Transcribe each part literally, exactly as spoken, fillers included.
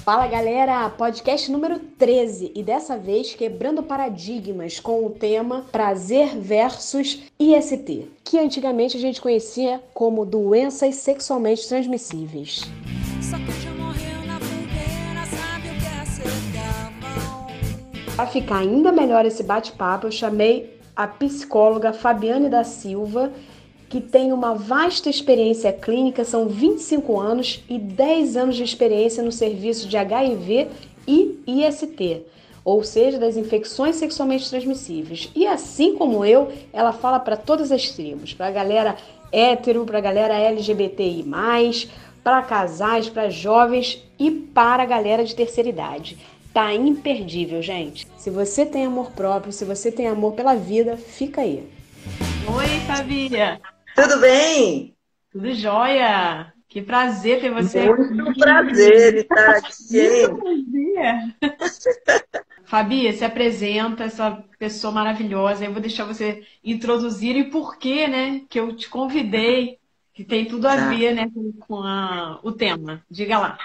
Fala galera, podcast número treze e dessa vez quebrando paradigmas com o tema prazer versus I S T, que antigamente a gente conhecia como doenças sexualmente transmissíveis. Só que já morreu na fogueira, sabe o que é ser gamão. Para ficar ainda melhor esse bate-papo, eu chamei a psicóloga Fabiane da Silva, que tem uma vasta experiência clínica, são vinte e cinco anos e dez anos de experiência no serviço de H I V e I S T, ou seja, das infecções sexualmente transmissíveis. E assim como eu, ela fala para todas as tribos, para a galera hétero, para a galera L G B T I mais, para casais, para jovens e para a galera de terceira idade. Tá imperdível, gente. Se você tem amor próprio, se você tem amor pela vida, fica aí. Oi, Fabia! Tudo bem? Tudo jóia! Que prazer ter você Muito aqui. Muito prazer estar aqui. Muito prazer. Fabi, se apresenta, essa pessoa maravilhosa. Eu vou deixar você introduzir e por que, né, que eu te convidei, que tem tudo a Tá. ver, né, com a, o tema. Diga lá.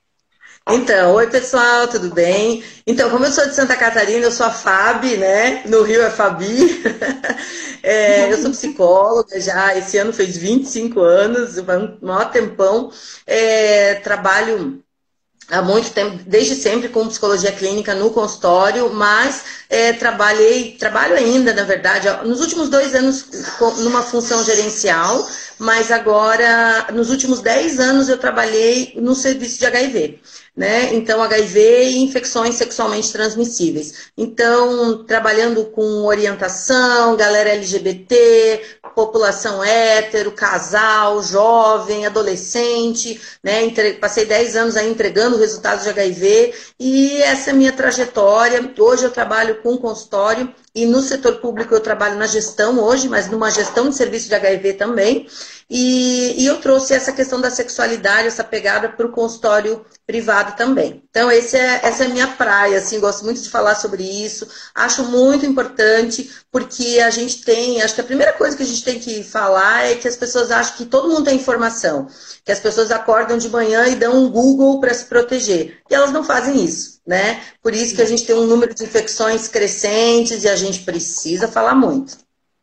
Então, oi pessoal, tudo bem? Então, como eu sou de Santa Catarina, eu sou a Fabi, né? No Rio é Fabi. É, eu sou psicóloga já, esse ano fez vinte e cinco anos, um maior tempão. É, trabalho há muito tempo, desde sempre com psicologia clínica no consultório, mas é, trabalhei, trabalho ainda, na verdade, nos últimos dois anos numa função gerencial, mas agora, nos últimos dez anos eu trabalhei no serviço de H I V. Né? Então, H I V e infecções sexualmente transmissíveis. Então, trabalhando com orientação, galera L G B T, população hétero, casal, jovem, adolescente, né? Entre... Passei dez anos aí entregando resultados de H I V e essa é a minha trajetória. Hoje eu trabalho com consultório e no setor público eu trabalho na gestão hoje, mas numa gestão de serviço de H I V também. E, e eu trouxe essa questão da sexualidade, essa pegada para o consultório privado também. Então, esse é, essa é a minha praia, assim, gosto muito de falar sobre isso. Acho muito importante, porque a gente tem, acho que a primeira coisa que a gente tem que falar é que as pessoas acham que todo mundo tem informação, que as pessoas acordam de manhã e dão um Google para se proteger. E elas não fazem isso, né? Por isso que a gente tem um número de infecções crescentes e a gente precisa falar muito.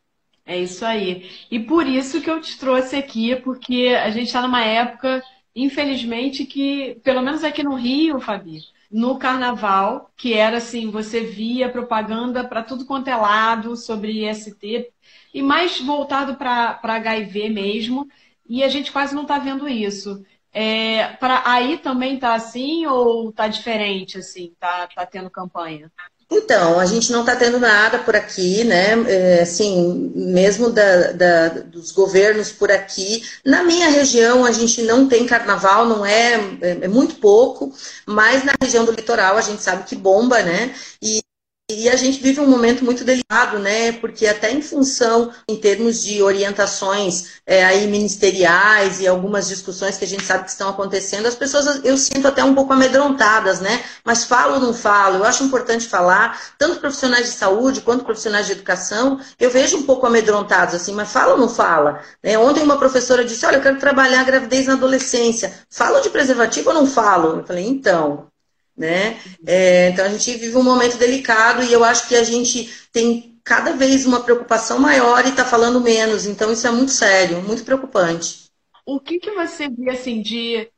É isso aí. E por isso que eu te trouxe aqui, porque a gente está numa época, infelizmente, que, pelo menos aqui no Rio, Fabi, no carnaval, que era assim, você via propaganda para tudo quanto é lado sobre I S T, e mais voltado para H I V mesmo, e a gente quase não está vendo isso. É, pra, aí também tá assim ou tá diferente, assim, tá, tá tendo campanha? Então, a gente não está tendo nada por aqui, né? É, assim, mesmo da, da, dos governos por aqui. Na minha região, a gente não tem carnaval, não é, é, é muito pouco, mas na região do litoral a gente sabe que bomba, né? E E a gente vive um momento muito delicado, né? Porque até em função, em termos de orientações é, aí ministeriais e algumas discussões que a gente sabe que estão acontecendo, as pessoas, eu sinto até um pouco amedrontadas, né? Mas falo ou não falo? Eu acho importante falar, tanto profissionais de saúde quanto profissionais de educação, eu vejo um pouco amedrontados, assim, mas fala ou não fala? Né? Ontem uma professora disse, olha, eu quero trabalhar a gravidez na adolescência. Falo de preservativo ou não falo? Eu falei, então... Né? É, então a gente vive um momento delicado e eu acho que a gente tem cada vez uma preocupação maior e está falando menos, então isso é muito sério, muito preocupante. O que, que você vê assim, de,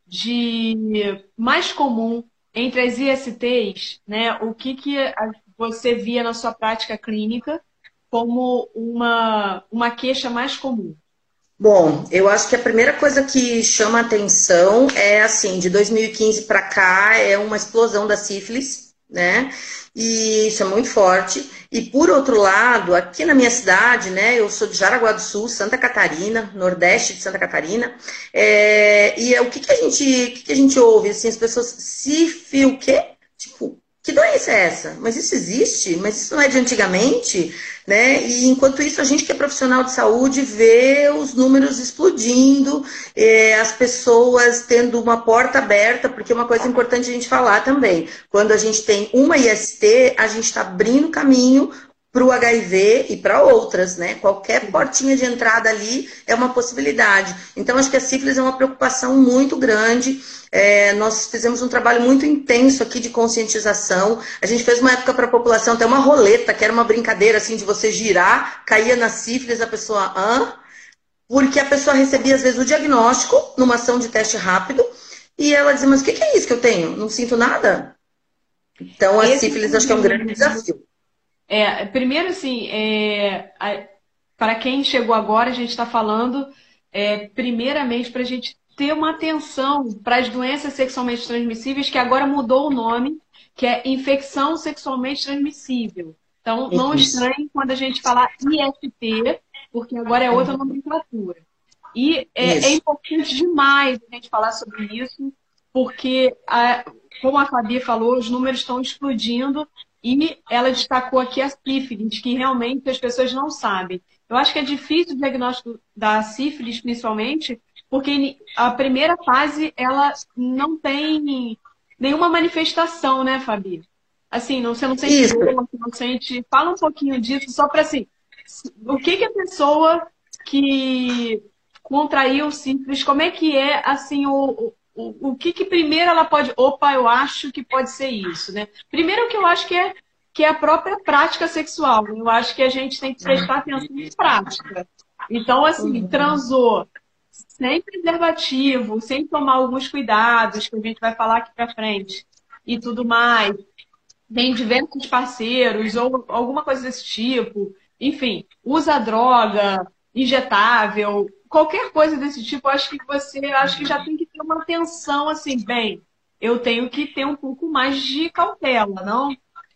de mais comum entre as I S Ts, né? O que, que você via na sua prática clínica como uma, uma queixa mais comum? Bom, eu acho que a primeira coisa que chama atenção é assim, de dois mil e quinze para cá é uma explosão da sífilis, né? E isso é muito forte. E por outro lado, aqui na minha cidade, né? Eu sou de Jaraguá do Sul, Santa Catarina, nordeste de Santa Catarina. É, e é, o que, que a gente, o que, que a gente ouve? Assim, as pessoas sífilis, o quê? Tipo, que doença é essa? Mas isso existe? Mas isso não é de antigamente? Né? E enquanto isso, a gente que é profissional de saúde vê os números explodindo, eh, as pessoas tendo uma porta aberta, porque uma coisa importante a gente falar também, quando a gente tem uma I S T, a gente está abrindo caminho para o H I V e para outras, né? Qualquer portinha de entrada ali é uma possibilidade. Então, acho que a sífilis é uma preocupação muito grande. É, nós fizemos um trabalho muito intenso aqui de conscientização. A gente fez uma época para a população até uma roleta, que era uma brincadeira assim de você girar, caía na sífilis, a pessoa, hã? Porque a pessoa recebia, às vezes, o diagnóstico numa ação de teste rápido e ela dizia, mas o que é isso que eu tenho? Não sinto nada? Então, a Esse sífilis acho que é um grande desafio. É, primeiro, assim, é, para quem chegou agora, a gente está falando, é, primeiramente, para a gente ter uma atenção para as doenças sexualmente transmissíveis, que agora mudou o nome, que é infecção sexualmente transmissível. Então, não estranhe quando a gente falar I S T, porque agora é outra nomenclatura. E é, é importante demais a gente falar sobre isso, porque, a, como a Fabi falou, os números estão explodindo. E ela destacou aqui a sífilis, que realmente as pessoas não sabem. Eu acho que é difícil o diagnóstico da sífilis, principalmente, porque a primeira fase, ela não tem nenhuma manifestação, né, Fabi? Assim, não, você não sente dor, você não sente... Fala um pouquinho disso, só para assim, o que, que a pessoa que contraiu sífilis, como é que é, assim, o... O, o que, que primeiro ela pode... Opa, eu acho que pode ser isso, né? Primeiro que eu acho que é, que é a própria prática sexual. Eu acho que a gente tem que prestar atenção em prática. Então, assim, transou sem preservativo, sem tomar alguns cuidados, que a gente vai falar aqui pra frente, e tudo mais. Tem diversos parceiros, ou alguma coisa desse tipo. Enfim, usa droga, injetável... Qualquer coisa desse tipo, eu acho que você acho que já tem que ter uma atenção assim, bem, eu tenho que ter um pouco mais de cautela, não?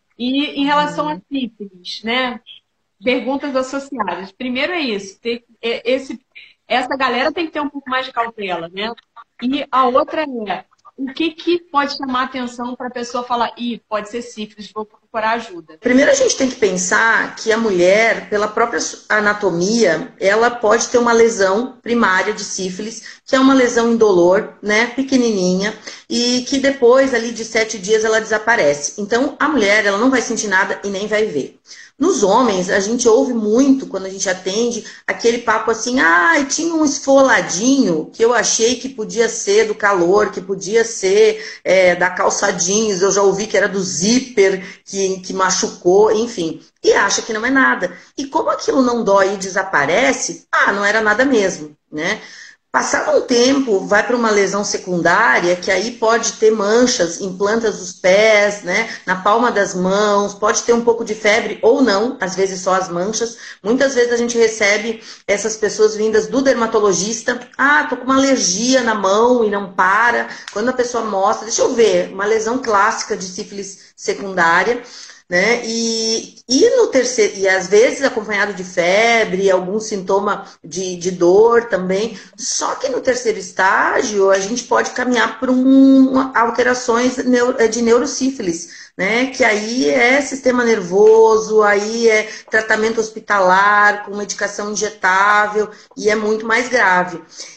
E em relação a sífilis, né? Perguntas associadas. Primeiro é isso, ter, esse, essa galera tem que ter um pouco mais de cautela, né? E a outra é, o que, que pode chamar a atenção para a pessoa falar, ih, pode ser sífilis, vou procurar ajuda? Primeiro a gente tem que pensar que a mulher, pela própria anatomia, ela pode ter uma lesão primária de sífilis, que é uma lesão indolor, né, pequenininha, e que depois ali de sete dias ela desaparece. Então a mulher, ela não vai sentir nada e nem vai ver. Nos homens, a gente ouve muito, quando a gente atende, aquele papo assim, ah, tinha um esfoladinho que eu achei que podia ser do calor, que podia ser é, da calça jeans, eu já ouvi que era do zíper, que, que machucou, enfim. E acha que não é nada. E como aquilo não dói e desaparece, ah, não era nada mesmo, né? Passado um tempo, vai para uma lesão secundária, que aí pode ter manchas em plantas dos pés, né, na palma das mãos, pode ter um pouco de febre ou não, às vezes só as manchas. Muitas vezes a gente recebe essas pessoas vindas do dermatologista, ah, tô com uma alergia na mão e não para. Quando a pessoa mostra, deixa eu ver, uma lesão clássica de sífilis secundária, né? E, e no terceiro, e às vezes acompanhado de febre, algum sintoma de, de dor também. Só que no terceiro estágio a gente pode caminhar por um, alterações de neurosífilis, né? Que aí é sistema nervoso, aí é tratamento hospitalar com medicação injetável e é muito mais grave.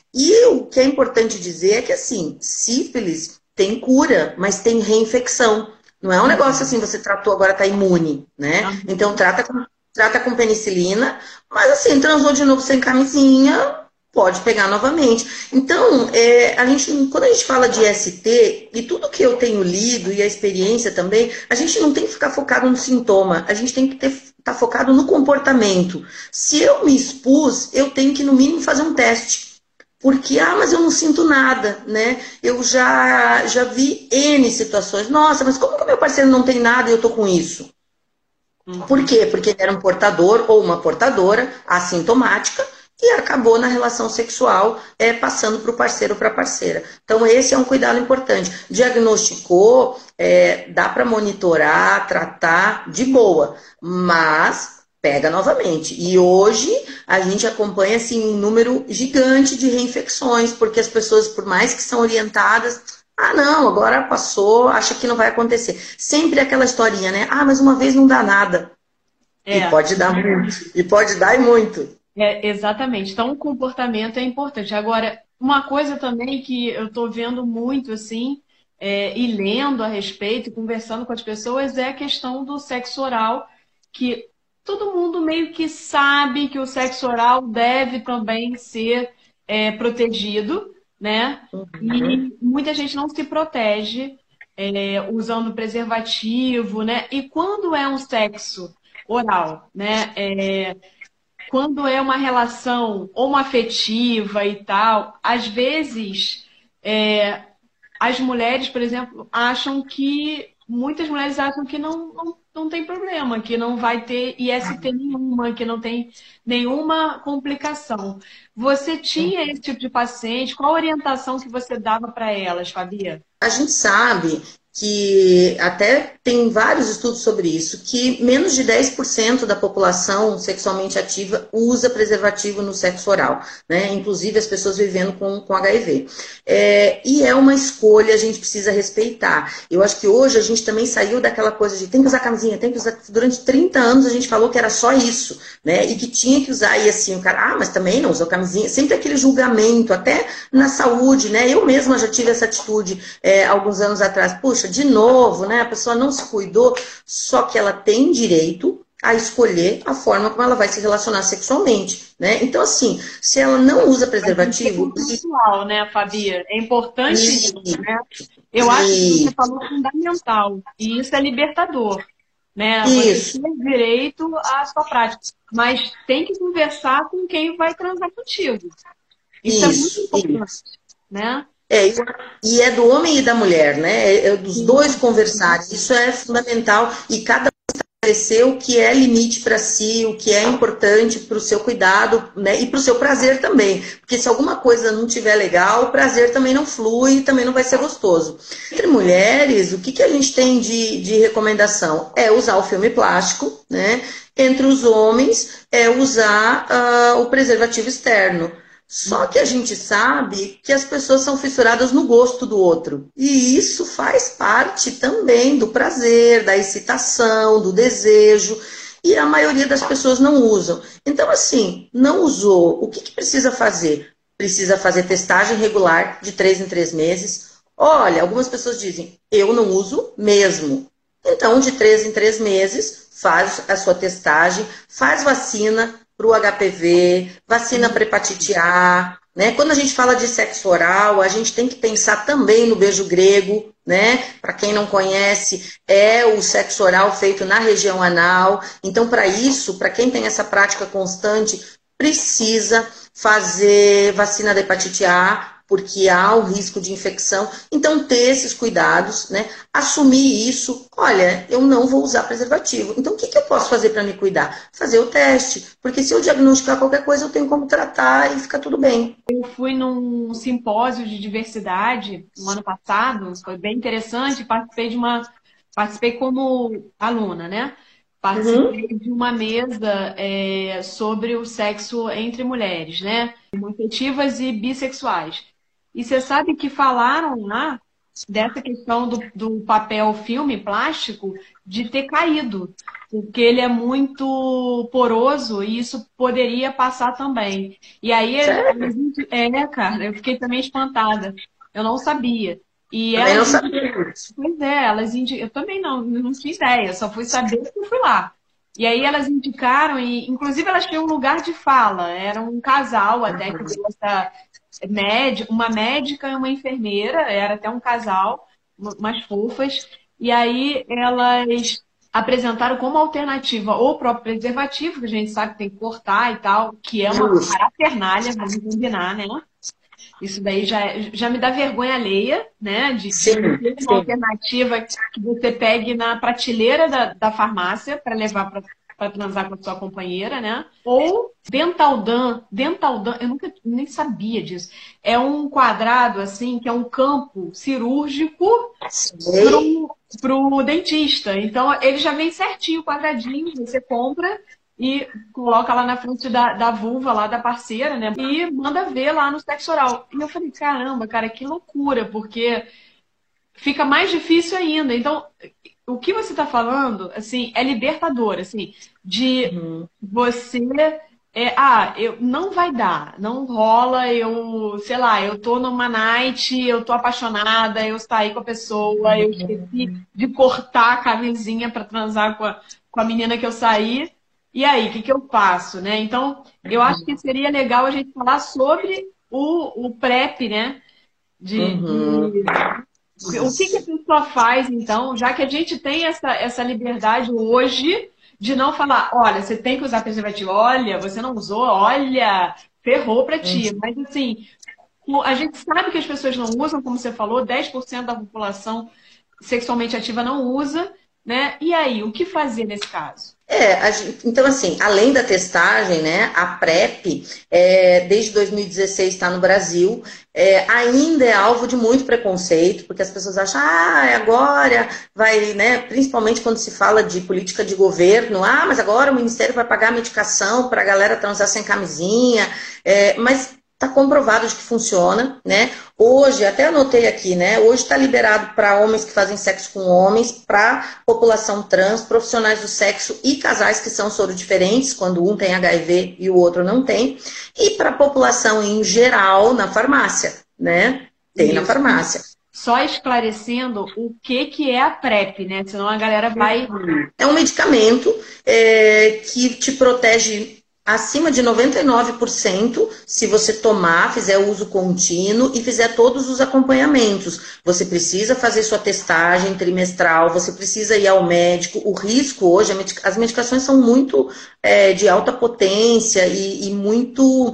E o que é importante dizer é que assim, sífilis tem cura, mas tem reinfecção. Não é um negócio assim, você tratou, agora está imune, né? Então trata com, trata com penicilina, mas assim, transou de novo sem camisinha, pode pegar novamente. Então, é, a gente, quando a gente fala de I S T, e tudo que eu tenho lido, e a experiência também, a gente não tem que ficar focado no sintoma, a gente tem que estar tá focado no comportamento. Se eu me expus, eu tenho que, no mínimo, fazer um teste. Porque, ah, mas eu não sinto nada, né? Eu já, já vi N situações. Nossa, mas como que o meu parceiro não tem nada e eu tô com isso? Uhum. Por quê? Porque ele era um portador ou uma portadora assintomática e acabou na relação sexual é, passando para o parceiro ou para a parceira. Então, esse é um cuidado importante. Diagnosticou, é, dá para monitorar, tratar de boa, mas pega novamente. E hoje a gente acompanha assim, um número gigante de reinfecções, porque as pessoas, por mais que são orientadas, ah, não, agora passou, acha que não vai acontecer. Sempre aquela historinha, né? Ah, mas uma vez não dá nada. É. E pode dar muito. E pode dar e muito. É, exatamente. Então, o comportamento é importante. Agora, uma coisa também que eu estou vendo muito, assim, é, e lendo a respeito, e conversando com as pessoas, é a questão do sexo oral, que todo mundo meio que sabe que o sexo oral deve também ser é, protegido, né? Uhum. E muita gente não se protege é, usando preservativo, né? E quando é um sexo oral, né? É, quando é uma relação homoafetiva e tal, às vezes é, as mulheres, por exemplo, acham que. Muitas mulheres acham que não, não, não tem problema, que não vai ter I S T nenhuma, que não tem nenhuma complicação. Você tinha esse tipo de paciente? Qual a orientação que você dava para elas, Fabia? A gente sabe que até tem vários estudos sobre isso, que menos de dez por cento da população sexualmente ativa usa preservativo no sexo oral, né? Inclusive as pessoas vivendo com, com H I V. É, e é uma escolha, a gente precisa respeitar. Eu acho que hoje a gente também saiu daquela coisa de tem que usar camisinha, tem que usar. Durante trinta anos a gente falou que era só isso, né? E que tinha que usar, e assim, o cara, ah, mas também não usou camisinha. Sempre aquele julgamento, até na saúde, né? Eu mesma já tive essa atitude é, alguns anos atrás. Puxa, de novo, né? A pessoa não se cuidou, só que ela tem direito a escolher a forma como ela vai se relacionar sexualmente, né? Então, assim, se ela não usa preservativo... É consensual, né, Fabia? É importante E, isso, né? Eu acho que e, você falou fundamental, e isso é libertador, né? Você isso, tem direito à sua prática, mas tem que conversar com quem vai transar contigo. Isso é muito isso, importante, isso. né? É, e é do homem e da mulher, né? É, é dos dois Sim. conversarem. Isso é fundamental e cada estabelecer o que é limite para si, o que é importante para o seu cuidado, né? E para o seu prazer também. Porque se alguma coisa não tiver legal, o prazer também não flui e também não vai ser gostoso. Entre mulheres, o que, que a gente tem de, de recomendação? É usar o filme plástico, né? Entre os homens, é usar uh, o preservativo externo. Só que a gente sabe que as pessoas são fissuradas no gosto do outro. E isso faz parte também do prazer, da excitação, do desejo. E a maioria das pessoas não usam. Então, assim, não usou. O que, que precisa fazer? Precisa fazer testagem regular de três em três meses. Olha, algumas pessoas dizem, eu não uso mesmo. Então, de três em três meses, faz a sua testagem, faz vacina para o H P V, vacina para hepatite A, né? Quando a gente fala de sexo oral, a gente tem que pensar também no beijo grego, né? Para quem não conhece, é o sexo oral feito na região anal. Então, para isso, para quem tem essa prática constante, precisa fazer vacina da hepatite A, porque há o risco de infecção. Então, ter esses cuidados, né? Assumir isso. Olha, eu não vou usar preservativo. Então, o que, que eu posso fazer para me cuidar? Fazer o teste. Porque se eu diagnosticar qualquer coisa, eu tenho como tratar e fica tudo bem. Eu fui num simpósio de diversidade no ano passado, foi bem interessante, participei de uma, participei como aluna, né? Participei Uhum. de uma mesa é, sobre o sexo entre mulheres, né? Homoafetivas e bissexuais. E você sabe que falaram lá dessa questão do, do papel filme plástico de ter caído, porque ele é muito poroso e isso poderia passar também. E aí, Sério? é, cara, eu fiquei também espantada. Eu não sabia. E Também não elas, sabia disso. pois é, elas indi... eu também não, não tinha ideia, só fui saber que eu fui lá. E aí elas indicaram, e inclusive elas tinham um lugar de fala, era um casal até que deu essa médica, uma médica e uma enfermeira, era até um casal, umas fofas, e aí elas apresentaram como alternativa o próprio preservativo, que a gente sabe que tem que cortar e tal, que é uma Justo. parafernália, vamos combinar, né? Isso daí já, já me dá vergonha alheia, né? De, de Sim, não ter uma sim. alternativa que você pegue na prateleira da, da farmácia para levar para transar com a sua companheira, né? Ou Dentaldan. Dentaldan, eu nunca nem sabia disso. É um quadrado, assim, que é um campo cirúrgico Sei. para o dentista. Então, ele já vem certinho, quadradinho, você compra e coloca lá na frente da, da vulva lá da parceira, né? E manda ver lá no sexo oral. E eu falei, caramba, cara, que loucura, porque fica mais difícil ainda. Então, o que você está falando, assim, é libertador, assim, de Uhum. você... É, ah, eu, não vai dar, não rola, eu, sei lá, eu tô numa night, eu tô apaixonada, eu saí com a pessoa, eu esqueci de cortar a camisinha para transar com a, com a menina que eu saí, E aí, o que, que eu faço, né? Então, eu acho que seria legal a gente falar sobre o, o PrEP, né? De, Uhum. de... O que, que a pessoa faz, então, já que a gente tem essa, essa liberdade hoje de não falar, olha, você tem que usar preservativo, olha, você não usou, olha, ferrou pra ti. Uhum. Mas, assim, a gente sabe que as pessoas não usam, como você falou, dez por cento da população sexualmente ativa não usa, né? E aí, o que fazer nesse caso? É, a gente, então assim, além da testagem, né, a PrEP, é, desde dois mil e dezesseis está no Brasil, é, ainda é alvo de muito preconceito, porque as pessoas acham, ah, agora vai, né, principalmente quando se fala de política de governo, ah, mas agora o Ministério vai pagar medicação para a galera transar sem camisinha, é, mas está comprovado de que funciona, né? Hoje, até anotei aqui, né? Hoje está liberado para homens que fazem sexo com homens, para população trans, profissionais do sexo e casais que são soro diferentes, quando um tem H I V e o outro não tem, e para a população em geral na farmácia, né? Tem Isso. na farmácia. Só esclarecendo o que, que é a PrEP, né? Senão a galera vai... É um medicamento é, que te protege acima de noventa e nove por cento se você tomar, fizer o uso contínuo e fizer todos os acompanhamentos. Você precisa fazer sua testagem trimestral, você precisa ir ao médico. O risco hoje, as medicações são muito é, de alta potência e, e muito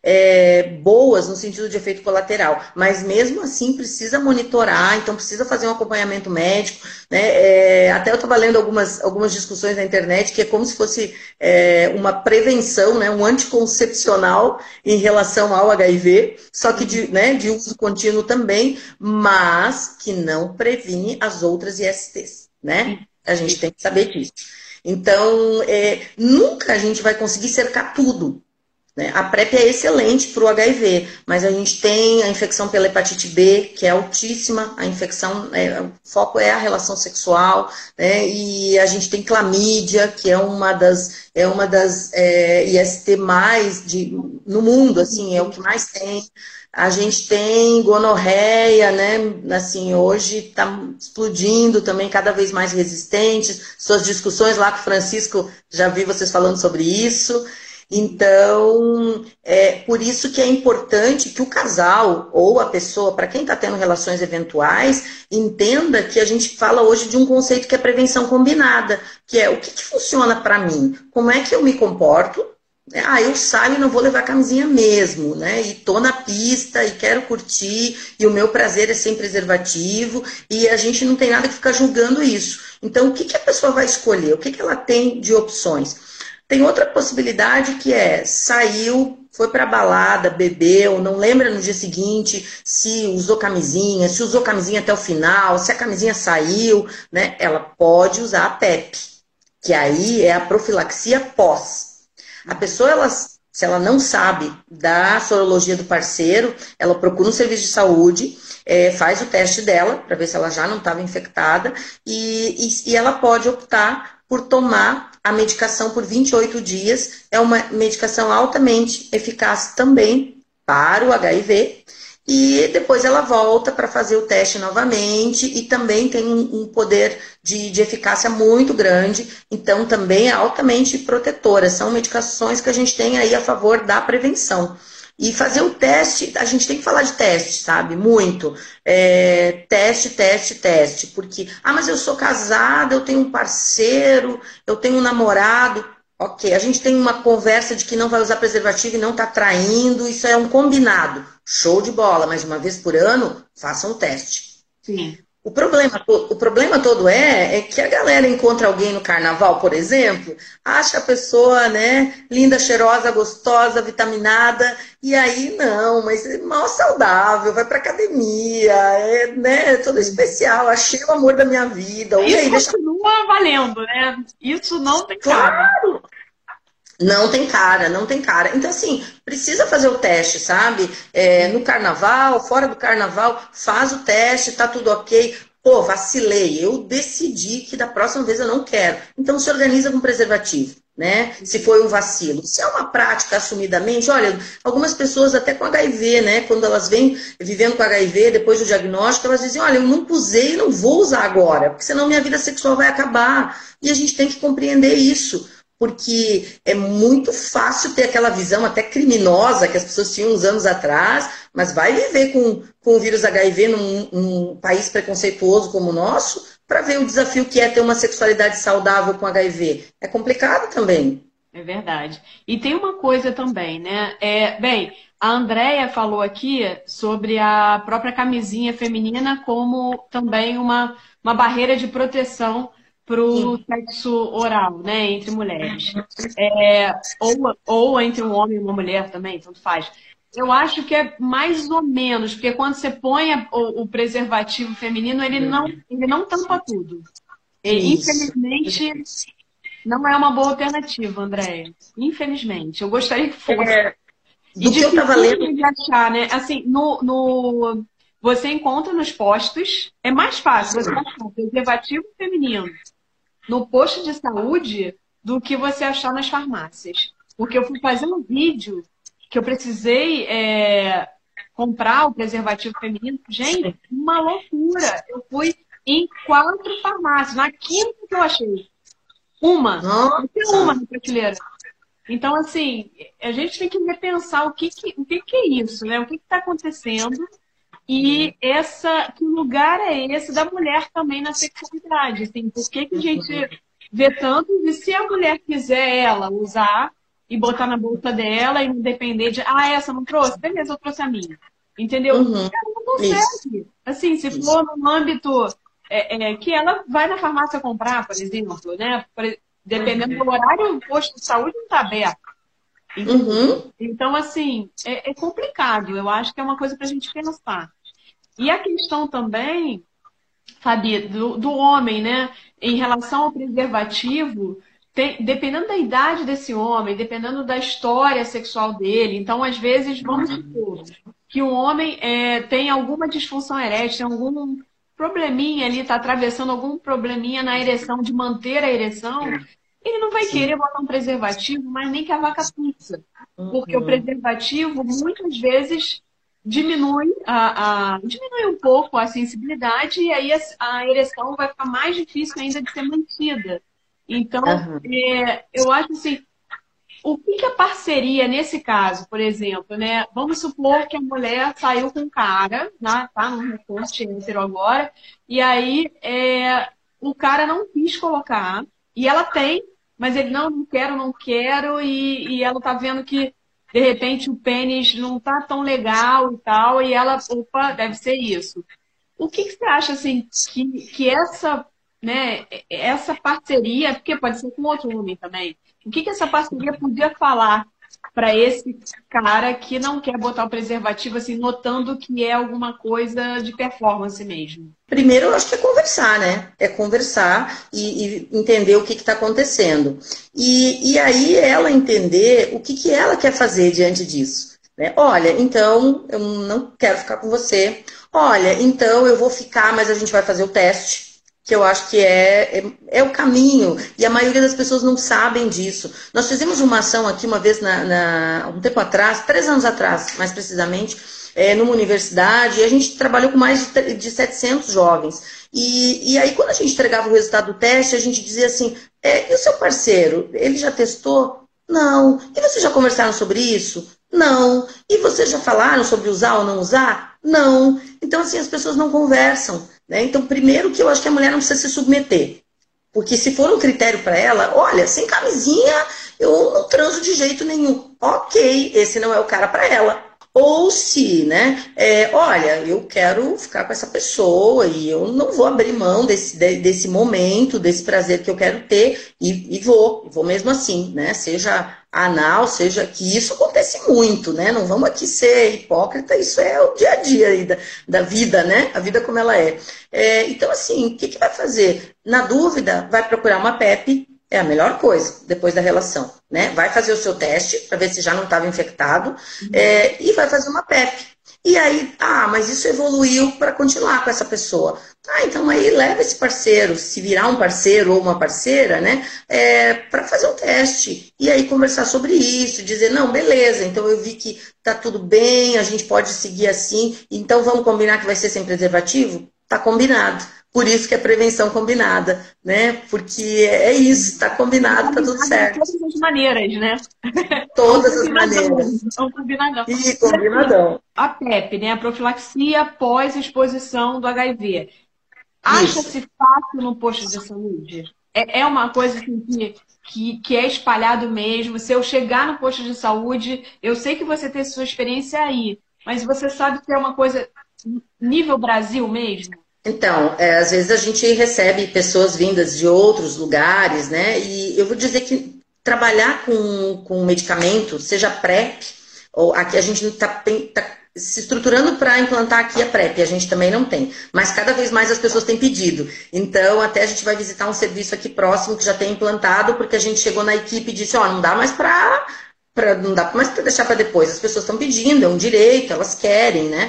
é, boas no sentido de efeito colateral, mas mesmo assim precisa monitorar, então precisa fazer um acompanhamento médico, né? É, até eu estava lendo algumas, algumas discussões na internet que é como se fosse é, uma prevenção, né, um anticoncepcional em relação ao H I V, só que de, né, de uso contínuo também, mas que não previne as outras I S Ts, né? A gente tem que saber disso. Então, é, nunca a gente vai conseguir cercar tudo, né? A PrEP é excelente para o H I V, mas a gente tem a infecção pela hepatite B, que é altíssima, a infecção, é, o foco é a relação sexual, né? E a gente tem clamídia, que é uma das, é uma das é, I S T mais de, no mundo, assim, é o que mais tem. A gente tem gonorreia, né? Assim, hoje está explodindo também, cada vez mais resistentes. Suas discussões lá com o Francisco, já vi vocês falando sobre isso. Então, é por isso que é importante que o casal ou a pessoa, para quem está tendo relações eventuais, entenda que a gente fala hoje de um conceito que é prevenção combinada, que é o que, que funciona para mim, como é que eu me comporto. Ah, eu saio e não vou levar camisinha mesmo, né? E tô na pista e quero curtir, e o meu prazer é sem preservativo, e a gente não tem nada que ficar julgando isso. Então, o que, que a pessoa vai escolher? O que, que ela tem de opções? Tem outra possibilidade que é, saiu, foi pra balada, bebeu, não lembra no dia seguinte se usou camisinha, se usou camisinha até o final, se a camisinha saiu, né? Ela pode usar a PrEP, que aí é a profilaxia pós. A pessoa, ela, se ela não sabe da sorologia do parceiro, ela procura um serviço de saúde, é, faz o teste dela, para ver se ela já não estava infectada, e, e, e ela pode optar por tomar a medicação por vinte e oito dias. É uma medicação altamente eficaz também para o H I V. E depois ela volta para fazer o teste novamente e também tem um, um poder de, de eficácia muito grande, então também é altamente protetora. São medicações que a gente tem aí a favor da prevenção. E fazer o teste, a gente tem que falar de teste, sabe? Muito. É, teste, teste, teste. Porque, ah, mas eu sou casada, eu tenho um parceiro, eu tenho um namorado. Ok, a gente tem uma conversa de que não vai usar preservativo e não está traindo, isso é um combinado. Show de bola, mas uma vez por ano, faça um teste. Sim. O problema, o problema todo é, é que a galera encontra alguém no carnaval, por exemplo, acha a pessoa, né, linda, cheirosa, gostosa, vitaminada, e aí não, mas é mal saudável, vai pra academia, é, né, todo especial, achei o amor da minha vida. Isso aí, deixa... continua valendo, né? Isso não tem cara. Claro! Não tem cara, não tem cara. Então, assim, precisa fazer o teste, sabe? É, no carnaval, fora do carnaval, faz o teste, tá tudo ok. Pô, vacilei, eu decidi que da próxima vez eu não quero. Então, se organiza com preservativo, né? Se foi um vacilo. Se é uma prática assumidamente, olha, algumas pessoas até com H I V, né? Quando elas vêm vivendo com H I V, depois do diagnóstico, elas dizem, olha, eu nunca usei e não vou usar agora, porque senão minha vida sexual vai acabar. E a gente tem que compreender isso. porque é muito fácil ter aquela visão até criminosa que as pessoas tinham uns anos atrás, mas vai viver com, com o vírus H I V num, num país preconceituoso como o nosso, para ver o desafio que é ter uma sexualidade saudável com H I V. É complicado também. É verdade. E tem uma coisa também, né? É, bem, a Andrea falou aqui sobre a própria camisinha feminina como também uma, uma barreira de proteção para o sexo oral, né, entre mulheres. É, ou, ou entre um homem e uma mulher também, tanto faz. Eu acho que é mais ou menos, porque quando você põe a, o, o preservativo feminino, ele não, ele não tampa tudo. E, infelizmente, não é uma boa alternativa, Andréia. Infelizmente. Eu gostaria que fosse. É, do e que eu estava lendo. De achar, né? Assim, no, no, você encontra nos postos, é mais fácil você achar preservativo feminino no posto de saúde do que você achar nas farmácias. Porque eu fui fazer um vídeo que eu precisei é, comprar o preservativo feminino. Gente, uma loucura. Eu fui em quatro farmácias. Na quinta que eu achei. Uma. Não tem uma na prateleira. Então, assim, a gente tem que repensar o que, que, o que, que é isso, né? O que está acontecendo e essa, que lugar é esse da mulher também na sexualidade? Assim, por que, que a gente vê tanto? E se a mulher quiser ela usar e botar na bolsa dela e não depender de, ah, essa não trouxe? Beleza, eu trouxe a minha. Entendeu? Uhum. Ela não consegue. Isso. Assim, se for no âmbito é, é, que ela vai na farmácia comprar, por exemplo, né? Por, dependendo do horário, o posto de saúde não está aberto. Uhum. Então, assim, é, é complicado. Eu acho que é uma coisa para a gente pensar. E a questão também, Fabi, do, do homem, né? Em relação ao preservativo, tem, dependendo da idade desse homem, dependendo da história sexual dele, então, às vezes, vamos supor que o homem é, tem alguma disfunção erétil, tem algum probleminha ali, está atravessando algum probleminha na ereção, de manter a ereção, ele não vai querer botar um preservativo, mas nem que a vaca tussa. Porque uhum. o preservativo, muitas vezes, diminui, a, a, diminui um pouco a sensibilidade e aí a, a ereção vai ficar mais difícil ainda de ser mantida. Então, uhum. é, eu acho assim, o que, que a parceria, nesse caso, por exemplo, né? Vamos supor que a mulher saiu com um cara, né, tá num recorte hétero agora, e aí é, o cara não quis colocar, e ela tem, mas ele não, não quero, não quero, e, e ela tá vendo que de repente o pênis não tá tão legal e tal, e ela, opa, deve ser isso. O que, que você acha, assim, que, que essa, né, essa parceria, porque pode ser com outro homem também, o que, que essa parceria podia falar para esse cara que não quer botar o preservativo, assim, notando que é alguma coisa de performance mesmo? Primeiro, eu acho que é conversar, né? É conversar e, e entender o que está acontecendo. E, e aí ela entender o que, que ela quer fazer diante disso. Né? Olha, então, eu não quero ficar com você. Olha, então eu vou ficar, mas a gente vai fazer o teste. Que eu acho que é, é, é o caminho, e a maioria das pessoas não sabem disso. Nós fizemos uma ação aqui uma vez, na, na, um tempo atrás, três anos atrás, mais precisamente, é, numa universidade, e a gente trabalhou com mais de, de setecentos jovens. E, e aí, quando a gente entregava o resultado do teste, a gente dizia assim, é, e o seu parceiro, ele já testou? Não. E vocês já conversaram sobre isso? Não. E vocês já falaram sobre usar ou não usar? Não. Então, assim, as pessoas não conversam. Né? Então, primeiro que eu acho que a mulher não precisa se submeter. Porque se for um critério para ela, olha, sem camisinha eu não transo de jeito nenhum. Ok, esse não é o cara para ela. Ou se, né, é, olha, eu quero ficar com essa pessoa e eu não vou abrir mão desse, desse momento, desse prazer que eu quero ter e, e vou, vou mesmo assim, né, seja anal, seja que isso acontece muito, né, não vamos aqui ser hipócrita, isso é o dia a dia aí da, da vida, né, a vida como ela é. é então, assim, o que, que vai fazer? Na dúvida, vai procurar uma PEP. É a melhor coisa, depois da relação, né? Vai fazer o seu teste, para ver se já não estava infectado, uhum. é, e vai fazer uma PEP. E aí, ah, mas isso evoluiu para continuar com essa pessoa. Ah, então aí leva esse parceiro, se virar um parceiro ou uma parceira, né? É, para fazer um teste. E aí conversar sobre isso, dizer, não, beleza, então eu vi que tá tudo bem, a gente pode seguir assim, então vamos combinar que vai ser sem preservativo? Tá combinado. Por isso que é prevenção combinada, né? Porque é isso, está combinado, está tudo certo. De todas as maneiras, né? Todas é um as maneiras. É um combinadão. E combinadão. A PrEP, né? A profilaxia pós-exposição do H I V. Acha-se fácil no posto de saúde? É, é uma coisa assim, que, que, que é espalhado mesmo. Se eu chegar no posto de saúde, eu sei que você tem sua experiência aí, mas você sabe que é uma coisa nível Brasil mesmo? Então, é, às vezes a gente recebe pessoas vindas de outros lugares, né? E eu vou dizer que trabalhar com, com medicamento, seja PrEP, ou aqui a gente está tá se estruturando para implantar aqui a PrEP, a gente também não tem. Mas cada vez mais as pessoas têm pedido. Então, até a gente vai visitar um serviço aqui próximo que já tem implantado, porque a gente chegou na equipe e disse, ó, oh, não dá mais para... Pra, não dá mais para deixar para depois. As pessoas estão pedindo, é um direito, elas querem, né?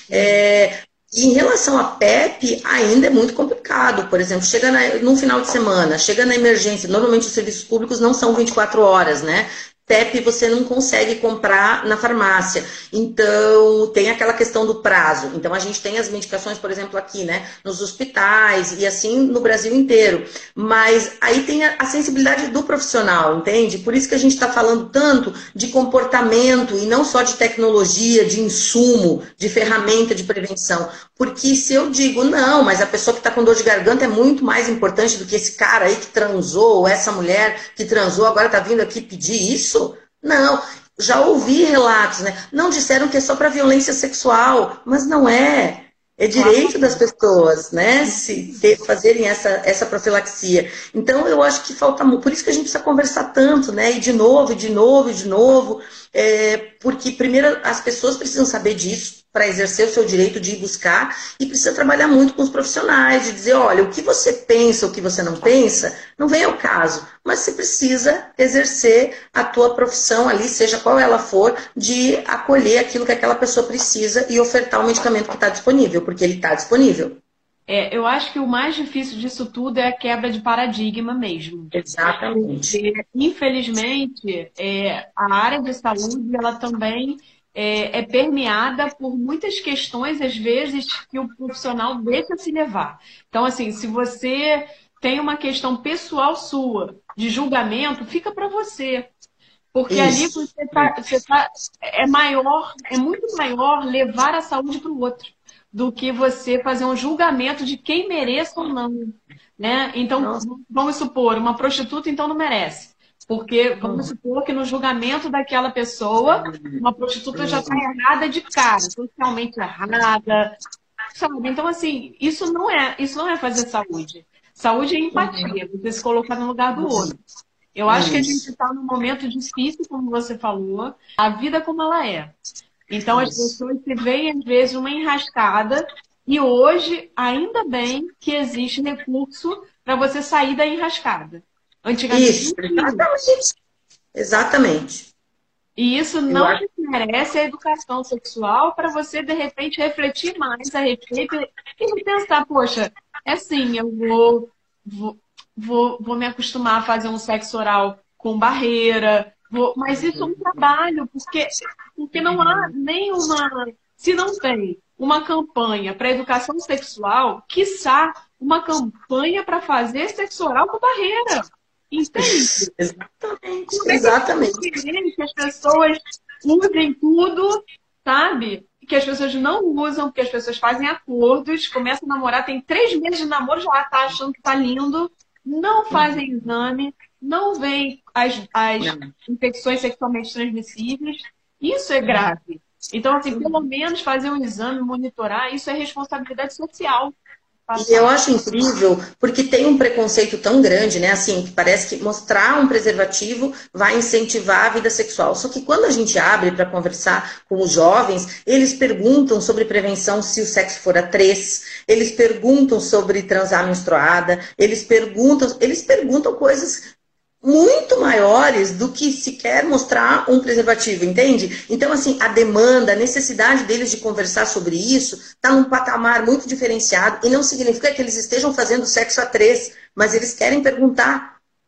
É, e em relação à PrEP, ainda é muito complicado. Por exemplo, chega na, num final de semana, chega na emergência. Normalmente os serviços públicos não são vinte e quatro horas, né? PrEP você não consegue comprar na farmácia. Então, tem aquela questão do prazo. Então, a gente tem as medicações, por exemplo, aqui, né? Nos hospitais e assim no Brasil inteiro. Mas aí tem a, a sensibilidade do profissional, entende? Por isso que a gente está falando tanto de comportamento e não só de tecnologia, de insumo, de ferramenta de prevenção. Porque se eu digo, não, mas a pessoa que está com dor de garganta é muito mais importante do que esse cara aí que transou, ou essa mulher que transou, agora está vindo aqui pedir isso? Não, já ouvi relatos, né? Não disseram que é só para violência sexual, mas não é. É direito das pessoas, né? Se ter, fazerem essa, essa profilaxia. Então, eu acho que falta muito. Por isso que a gente precisa conversar tanto, né? E de novo, de novo, de novo. É, porque, primeiro, as pessoas precisam saber disso para exercer o seu direito de ir buscar e precisa trabalhar muito com os profissionais, de dizer, olha, o que você pensa, o que você não pensa, não vem ao caso, mas você precisa exercer a tua profissão ali, seja qual ela for, de acolher aquilo que aquela pessoa precisa e ofertar o medicamento que está disponível, porque ele está disponível. É, eu acho que o mais difícil disso tudo é a quebra de paradigma mesmo. Exatamente. Porque, infelizmente, é, a área de saúde, ela também é, é permeada por muitas questões, às vezes, que o profissional deixa se levar. Então, assim, se você tem uma questão pessoal sua de julgamento, fica para você. Porque Isso. ali você tá, você tá, é maior, é muito maior levar a saúde para o outro do que você fazer um julgamento de quem mereça ou não, né? Então, Nossa. vamos supor, uma prostituta então não merece. Porque vamos supor que no julgamento daquela pessoa, uma prostituta já está errada de cara, socialmente errada, sabe? Então, assim, isso não é, isso não é fazer saúde. Saúde é empatia, você se colocar no lugar do outro. Eu acho que a gente está num momento difícil, como você falou, a vida como ela é. Então, as pessoas se veem, às vezes, uma enrascada, e hoje, ainda bem que existe recurso para você sair da enrascada. Antigamente, isso, exatamente. Exatamente. E isso não acho... merece a educação sexual para você, de repente, refletir mais a respeito e pensar, poxa, é assim, eu vou, vou, vou, vou me acostumar a fazer um sexo oral com barreira, vou... mas isso é um trabalho, porque, porque não há nenhuma... Se não tem uma campanha para educação sexual, quiçá uma campanha para fazer sexo oral com barreira. Entende? Exatamente. Exatamente. Que as pessoas usem tudo, sabe? Que as pessoas não usam, que as pessoas fazem acordos, começam a namorar, tem três meses de namoro, já tá achando que tá lindo, não fazem exame, não veem as, as infecções sexualmente transmissíveis. Isso é grave. Então, assim, pelo menos fazer um exame, monitorar, isso é responsabilidade social. E eu acho incrível, porque tem um preconceito tão grande, né? Assim, que parece que mostrar um preservativo vai incentivar a vida sexual. Só que quando a gente abre para conversar com os jovens, eles perguntam sobre prevenção se o sexo for a três, eles perguntam sobre transar menstruada, eles perguntam, eles perguntam coisas muito maiores do que sequer mostrar um preservativo, entende? Então, assim, a demanda, a necessidade deles de conversar sobre isso está num patamar muito diferenciado e não significa que eles estejam fazendo sexo a três, mas eles querem perguntar,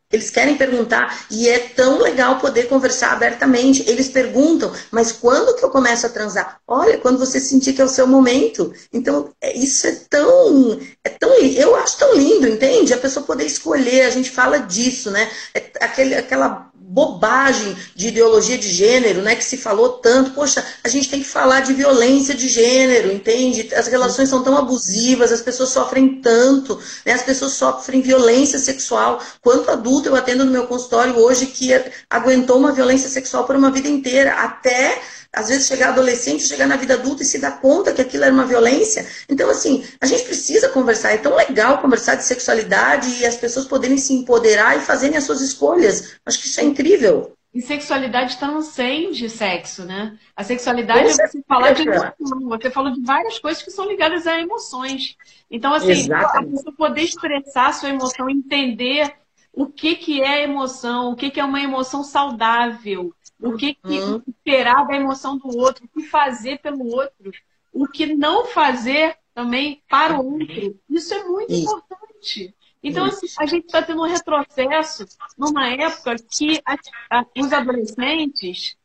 Eles querem perguntar e é tão legal poder conversar abertamente. Eles perguntam, mas quando que eu começo a transar? Olha, quando você sentir que é o seu momento. Então, é, isso é tão, é tão, eu acho tão lindo, entende? A pessoa poder escolher, a gente fala disso, né? É aquele, aquela bobagem de ideologia de gênero, né, que se falou tanto. Poxa, a gente tem que falar de violência de gênero, entende? As relações são tão abusivas, as pessoas sofrem tanto, né? As pessoas sofrem violência sexual. Quanto adulto eu atendo no meu consultório hoje que aguentou uma violência sexual por uma vida inteira, até às vezes chegar adolescente, chegar na vida adulta e se dar conta que aquilo era uma violência. Então, assim, a gente precisa conversar. É tão legal conversar de sexualidade e as pessoas poderem se empoderar e fazerem as suas escolhas. Acho que isso é incrível. E sexualidade transcende sexo, né? A sexualidade é você falar de emoção. Você falou de várias coisas que são ligadas a emoções. Então, assim, exatamente, a pessoa poder expressar a sua emoção, entender o que, que é emoção, o que, que é uma emoção saudável, o que, que uhum. esperar da emoção do outro, o que fazer pelo outro, o que não fazer também para o outro. Isso é muito Isso. importante. Então, assim, a gente está tendo um retrocesso numa época que a, a, os adolescentes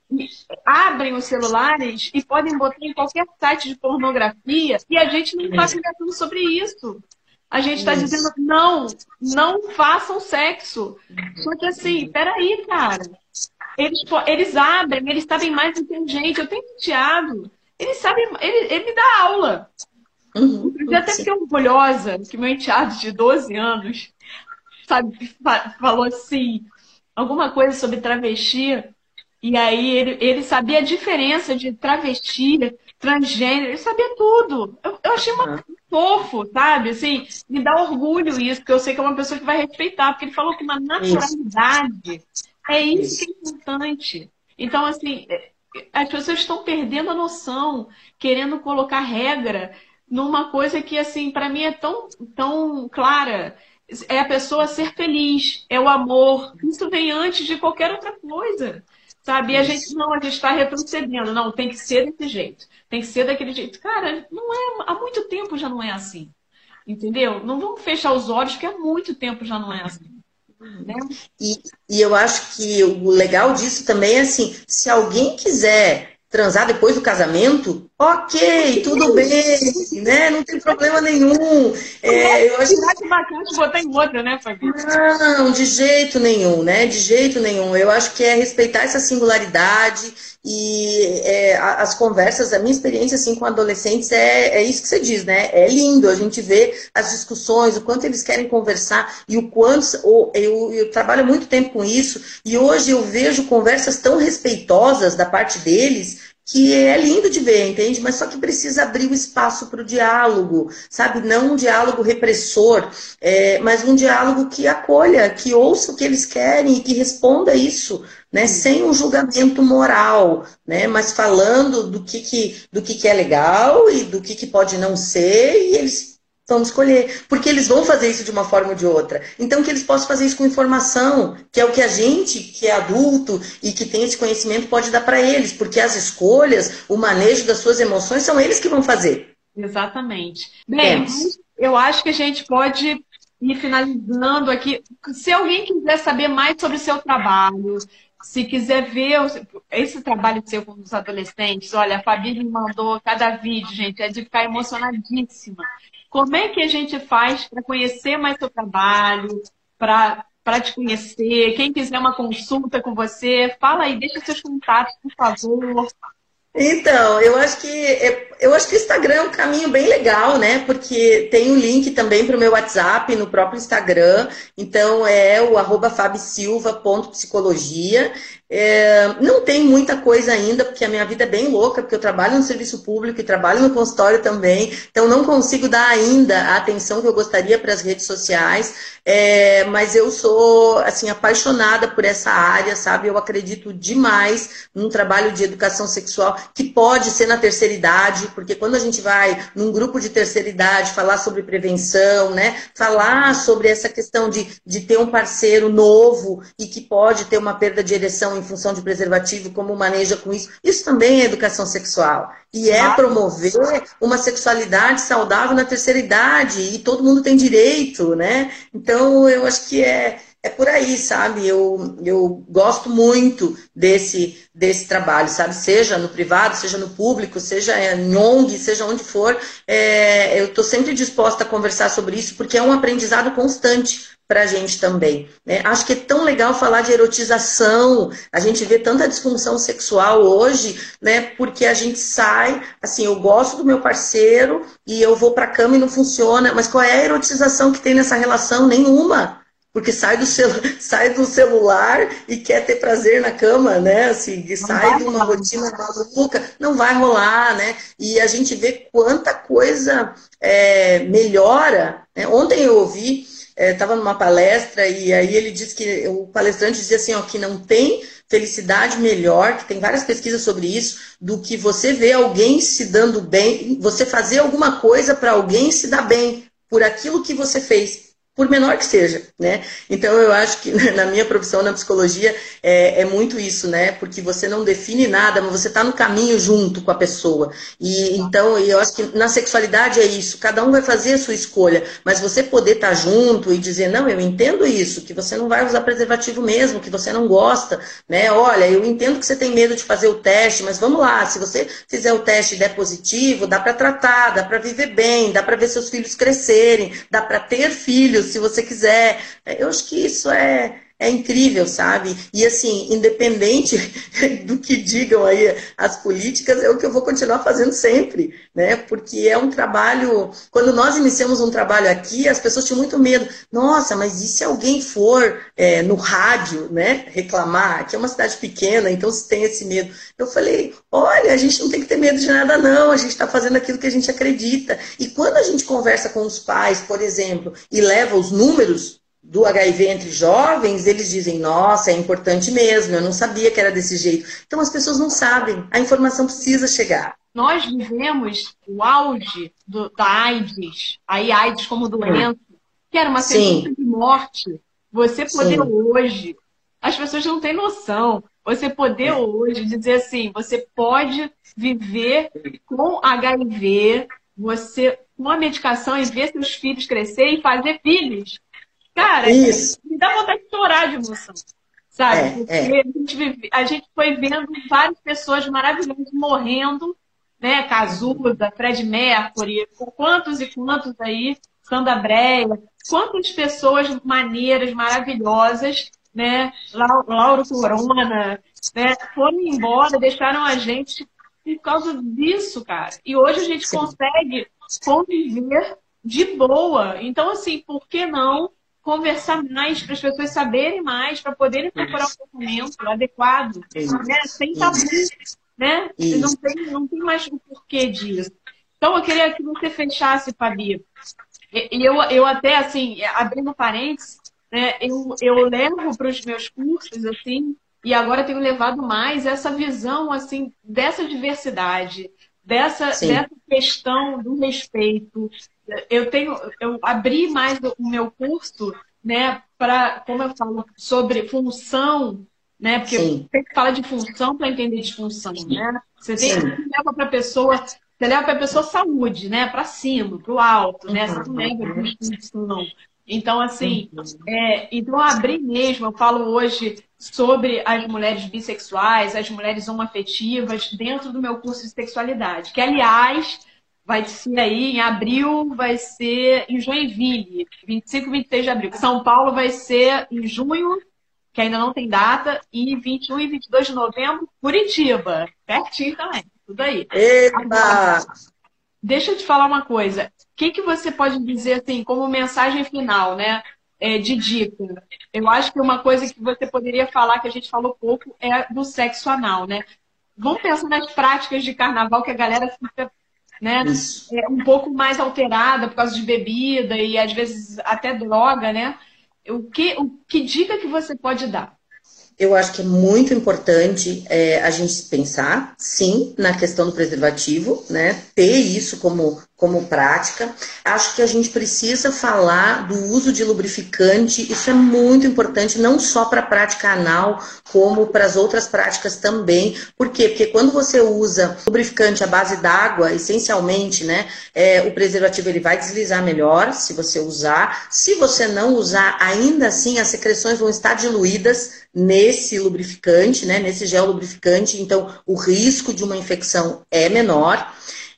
abrem os celulares e podem botar em qualquer site de pornografia e a gente não está conversando sobre isso. A gente está dizendo, não, não façam sexo. Só que assim, peraí, cara. Eles, eles abrem, eles sabem mais do que a gente. Eu tenho enteado. Eles sabem, ele, ele me dá aula. Uhum, eu até fiquei orgulhosa que meu enteado de doze anos, sabe, falou assim, alguma coisa sobre travesti. E aí ele, ele sabia a diferença de travesti, transgênero, ele sabia tudo. Eu, eu achei uma, fofo, sabe? Assim, me dá orgulho isso, porque eu sei que é uma pessoa que vai respeitar, porque ele falou que uma naturalidade é isso que é importante. Então, assim, as pessoas estão perdendo a noção, querendo colocar regra numa coisa que, assim, para mim é tão, tão clara. É a pessoa ser feliz, é o amor. Isso vem antes de qualquer outra coisa. Sabe? E a gente, não, a gente está retrocedendo. Não, tem que ser desse jeito. Tem que ser daquele jeito. Cara, não é, há muito tempo já não é assim. Entendeu? Não vamos fechar os olhos, porque há muito tempo já não é assim. Né? E, e eu acho que o legal disso também é assim, se alguém quiser transar depois do casamento, ok, tudo bem, né? Não tem problema nenhum. É, eu acho que bacana botar em outra, né, Fabi? Não, de jeito nenhum, né? De jeito nenhum. Eu acho que é respeitar essa singularidade e é, as conversas, a minha experiência assim com adolescentes é, é isso que você diz, né? É lindo a gente ver as discussões, o quanto eles querem conversar e o quanto eu, eu, eu trabalho muito tempo com isso e hoje eu vejo conversas tão respeitosas da parte deles que é lindo de ver, entende? Mas só que precisa abrir o espaço para o diálogo, sabe? Não um diálogo repressor, é, mas um diálogo que acolha, que ouça o que eles querem e que responda isso, né? Sem um julgamento moral, né? Mas falando do que, que, do que, que é legal e do que, que pode não ser, e eles vão escolher, porque eles vão fazer isso de uma forma ou de outra. Então, que eles possam fazer isso com informação, que é o que a gente, que é adulto e que tem esse conhecimento, pode dar para eles, porque as escolhas, o manejo das suas emoções, são eles que vão fazer. Exatamente. Bem, eu acho que a gente pode ir finalizando aqui. Se alguém quiser saber mais sobre o seu trabalho, se quiser ver esse trabalho seu com os adolescentes, olha, a Fabi me mandou cada vídeo, gente, é de ficar emocionadíssima. Como é que a gente faz para conhecer mais seu trabalho, para para te conhecer? Quem quiser uma consulta com você, fala aí, deixa seus contatos, por favor. Então, eu acho que eu acho que o Instagram é um caminho bem legal, né? Porque tem um link também para o meu WhatsApp no próprio Instagram. Então é o arroba fabisilva ponto psicologia. É, não tem muita coisa ainda, porque a minha vida é bem louca, porque eu trabalho no serviço público e trabalho no consultório também, então não consigo dar ainda a atenção que eu gostaria para as redes sociais, é, mas eu sou assim, apaixonada por essa área, sabe? Eu acredito demais num trabalho de educação sexual, que pode ser na terceira idade, porque quando a gente vai num grupo de terceira idade falar sobre prevenção, né? Falar sobre essa questão de, de ter um parceiro novo e que pode ter uma perda de ereção em função de preservativo, como maneja com isso. Isso também é educação sexual. E é promover uma sexualidade saudável na terceira idade. E todo mundo tem direito, né? Então, eu acho que é, é por aí, sabe? Eu, eu gosto muito desse, desse trabalho, sabe? Seja no privado, seja no público, seja em O N G, seja onde for, é, eu estou sempre disposta a conversar sobre isso, porque é um aprendizado constante para a gente também, né? Acho que é tão legal falar de erotização, a gente vê tanta disfunção sexual hoje, né? Porque a gente sai, assim, eu gosto do meu parceiro e eu vou para a cama e não funciona, mas qual é a erotização que tem nessa relação? Nenhuma. Porque sai do, celu sai do celular e quer ter prazer na cama, né? Assim, sai de uma rotina maluca, não vai rolar, né? E a gente vê quanta coisa é, melhora, né? Ontem eu ouvi, estava numa palestra e aí ele disse que o palestrante dizia assim, ó, que não tem felicidade melhor, que tem várias pesquisas sobre isso, do que você ver alguém se dando bem, você fazer alguma coisa para alguém se dar bem por aquilo que você fez, por menor que seja, né? Então eu acho que na minha profissão, na psicologia, é, é muito isso, né? Porque você não define nada, mas você está no caminho junto com a pessoa. E então eu acho que na sexualidade é isso, cada um vai fazer a sua escolha, mas você poder estar junto e dizer, não, eu entendo isso, que você não vai usar preservativo mesmo, que você não gosta, né? Olha, eu entendo que você tem medo de fazer o teste, mas vamos lá, se você fizer o teste e der positivo, dá para tratar, dá para viver bem, dá para ver seus filhos crescerem, dá para ter filhos, se você quiser. Eu acho que isso é, é incrível, sabe? E assim, independente do que digam aí as políticas, é o que eu vou continuar fazendo sempre, né? Porque é um trabalho... Quando nós iniciamos um trabalho aqui, as pessoas tinham muito medo. Nossa, mas e se alguém for é, no rádio, né, reclamar? Aqui é uma cidade pequena, então se tem esse medo. Eu falei, olha, a gente não tem que ter medo de nada não, a gente está fazendo aquilo que a gente acredita. E quando a gente conversa com os pais, por exemplo, e leva os números do H I V entre jovens, eles dizem, nossa, é importante mesmo, eu não sabia que era desse jeito. Então as pessoas não sabem, a informação precisa chegar. Nós vivemos o auge do, da AIDS, aí AIDS como doença, que era uma sentença de morte. Você poder Sim. hoje, as pessoas não têm noção, você poder hoje dizer assim, você pode viver com H I V, você com a medicação e ver seus filhos crescer e fazer filhos. Cara, Isso. me dá vontade de chorar de emoção, sabe? É, Porque é. A, gente vive, a gente foi vendo várias pessoas maravilhosas morrendo, né? Cazuza, Fred Mercury, quantos e quantos aí, Sandra Breia, quantas pessoas maneiras, maravilhosas, né? Lauro Corona, né? Foram embora, deixaram a gente por causa disso, cara. E hoje a gente Sim. consegue conviver de boa. Então, assim, por que não conversar mais, para as pessoas saberem mais, para poderem procurar um tratamento adequado, né? Sem tabu, né? Não tem, não tem mais o porquê disso. Então, eu queria que você fechasse, Fabi. E eu, eu até, assim, abrindo parênteses, né? eu, eu levo para os meus cursos, assim, e agora tenho levado mais essa visão, assim, dessa diversidade, dessa, dessa questão do respeito. Eu tenho, eu abri mais o meu curso, né, para, como eu falo, sobre função, né, porque Sim. tem que falar de função para entender disfunção, né? Você tem que levar para a pessoa, você leva para a pessoa saúde, né, para cima, para o alto, né? Você não leva para disfunção. Então, assim, é, então eu abri mesmo, eu falo hoje sobre as mulheres bissexuais, as mulheres homoafetivas, dentro do meu curso de sexualidade, que, aliás, vai ser aí em abril, vai ser em Joinville, vinte e cinco e vinte e seis de abril. São Paulo vai ser em junho, que ainda não tem data, e vinte e um e vinte e dois de novembro, Curitiba. Pertinho também, tudo aí. Eita! Agora, deixa eu te falar uma coisa. O que, que você pode dizer, assim, como mensagem final, né, é, de dica? Eu acho que uma coisa que você poderia falar, que a gente falou pouco, é do sexo anal, né? Vamos pensar nas práticas de carnaval, que a galera fica... né? É um pouco mais alterada por causa de bebida e às vezes até droga, né? O que, o que dica que você pode dar? Eu acho que é muito importante é, a gente pensar, sim, na questão do preservativo, né? Ter isso como como prática. Acho que a gente precisa falar do uso de lubrificante, isso é muito importante, não só para a prática anal, como para as outras práticas também. Por quê? Porque quando você usa lubrificante à base d'água, essencialmente, né, é, o preservativo ele vai deslizar melhor se você usar. Se você não usar, ainda assim as secreções vão estar diluídas nesse lubrificante, né, nesse gel lubrificante, então o risco de uma infecção é menor.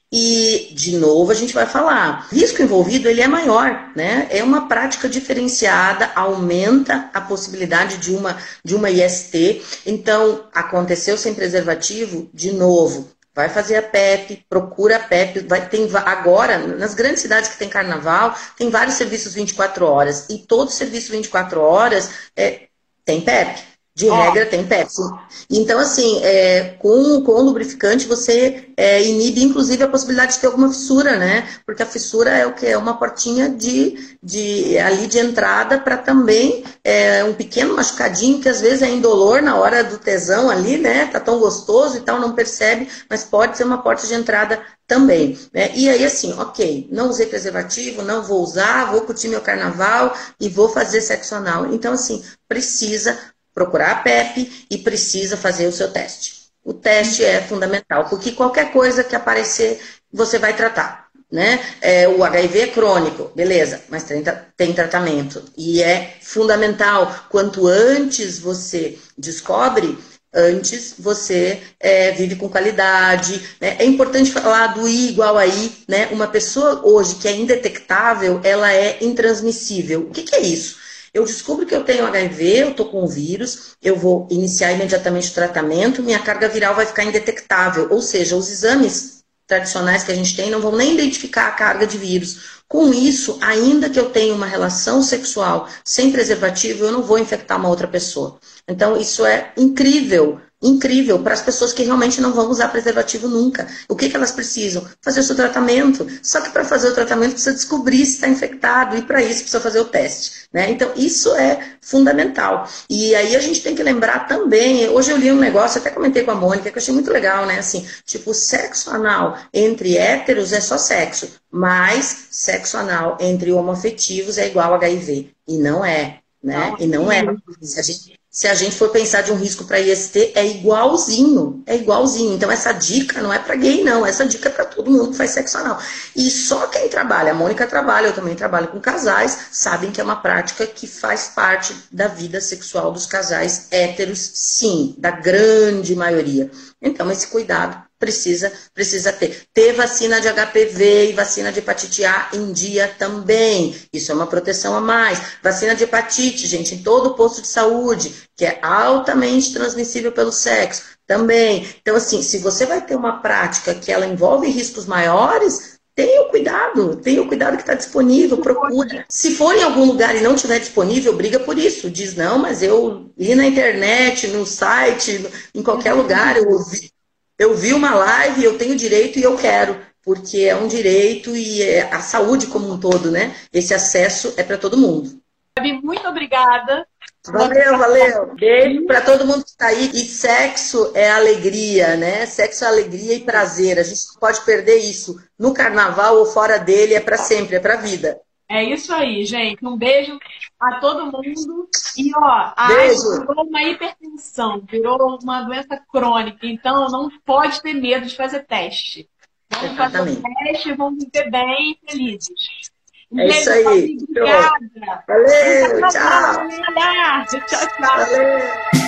E, de novo, a gente vai falar, o risco envolvido ele é maior, né? É uma prática diferenciada, aumenta a possibilidade de uma, de uma I S T. Então, aconteceu sem preservativo, de novo, vai fazer a P E P, procura a P E P. Vai, tem, agora, nas grandes cidades que tem carnaval, tem vários serviços vinte e quatro horas. E todo serviço vinte e quatro horas é, tem P E P. De regra, tem P E P. Então, assim, é, com, com o lubrificante, você é, inibe, inclusive, a possibilidade de ter alguma fissura, né? Porque a fissura é o que? É uma portinha de, de, ali de entrada para também é, um pequeno machucadinho, que às vezes é indolor na hora do tesão ali, né? Tá tão gostoso e tal, não percebe, mas pode ser uma porta de entrada também, né? E aí, assim, ok, não usei preservativo, não vou usar, vou curtir meu carnaval e vou fazer sexo anal. Então, assim, precisa procurar a P E P e precisa fazer o seu teste. O teste é fundamental, porque qualquer coisa que aparecer, você vai tratar, né? É, o H I V é crônico, beleza, mas tem, tem tratamento. E é fundamental, quanto antes você descobre, antes você é, vive com qualidade, né? É importante falar do I igual a I, né? Uma pessoa hoje que é indetectável, ela é intransmissível. O que, que é isso? Eu descubro que eu tenho H I V, eu estou com o vírus, eu vou iniciar imediatamente o tratamento, minha carga viral vai ficar indetectável, ou seja, os exames tradicionais que a gente tem não vão nem identificar a carga de vírus. Com isso, ainda que eu tenha uma relação sexual sem preservativo, eu não vou infectar uma outra pessoa. Então, isso é incrível. Incrível para as pessoas que realmente não vão usar preservativo nunca. O que, que elas precisam? Fazer o seu tratamento. Só que para fazer o tratamento precisa descobrir se está infectado e para isso precisa fazer o teste, né? Então isso é fundamental. E aí a gente tem que lembrar também, hoje eu li um negócio, até comentei com a Mônica, que eu achei muito legal, né? Assim, tipo, sexo anal entre héteros é só sexo, mas sexo anal entre homoafetivos é igual a H I V. E não é, né? E não é. Se a gente... Se a gente for pensar de um risco para I S T, é igualzinho, é igualzinho. Então essa dica não é para gay, não. Essa dica é para todo mundo que faz sexo anal. E só quem trabalha, a Mônica trabalha, eu também trabalho com casais, sabem que é uma prática que faz parte da vida sexual dos casais héteros, sim, da grande maioria. Então esse cuidado precisa, precisa ter. Ter vacina de H P V e vacina de hepatite A em dia também. Isso é uma proteção a mais. Vacina de hepatite, gente, em todo posto de saúde, que é altamente transmissível pelo sexo, também. Então, assim, se você vai ter uma prática que ela envolve riscos maiores, tenha o cuidado, tenha o cuidado que está disponível, procura. Se for em algum lugar e não estiver disponível, briga por isso. Diz, não, mas eu li na internet, no site, em qualquer lugar, eu ouvi. Eu vi uma live, eu tenho direito e eu quero, porque é um direito e é a saúde como um todo, né? Esse acesso é para todo mundo. Gabi, muito obrigada. Valeu, valeu. Beijo para todo mundo que está aí. E sexo é alegria, né? Sexo é alegria e prazer. A gente não pode perder isso. No carnaval ou fora dele, é para sempre, é para a vida. É isso aí, gente. Um beijo a todo mundo. E, ó, a beijo. AIDS virou uma hipertensão, virou uma doença crônica. Então, não pode ter medo de fazer teste. Vamos Exatamente. fazer teste e vamos viver bem e felizes. Um é beijo, isso aí. Obrigada. Valeu, tchau. Tchau, tchau. Valeu.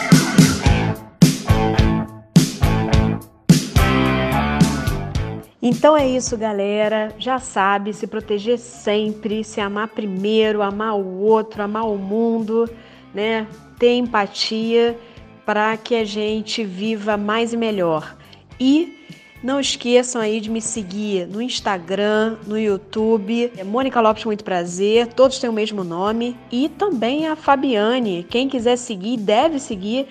Então é isso, galera. Já sabe, se proteger sempre, se amar primeiro, amar o outro, amar o mundo, né? Ter empatia para que a gente viva mais e melhor. E não esqueçam aí de me seguir no Instagram, no YouTube. É Mônica Lopes, muito prazer. Todos têm o mesmo nome. E também a Fabiane. Quem quiser seguir, deve seguir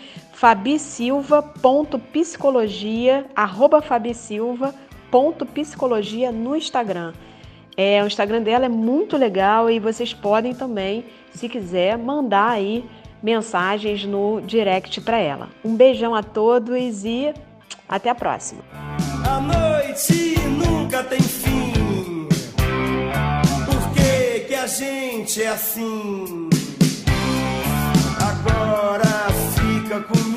fabisilva.psicologia, arroba fabisilva. Ponto psicologia no Instagram. É, o Instagram dela é muito legal e vocês podem também, se quiser, mandar aí mensagens no direct para ela. Um beijão a todos e até a próxima. A noite nunca tem fim. gente é assim. Agora fica comigo.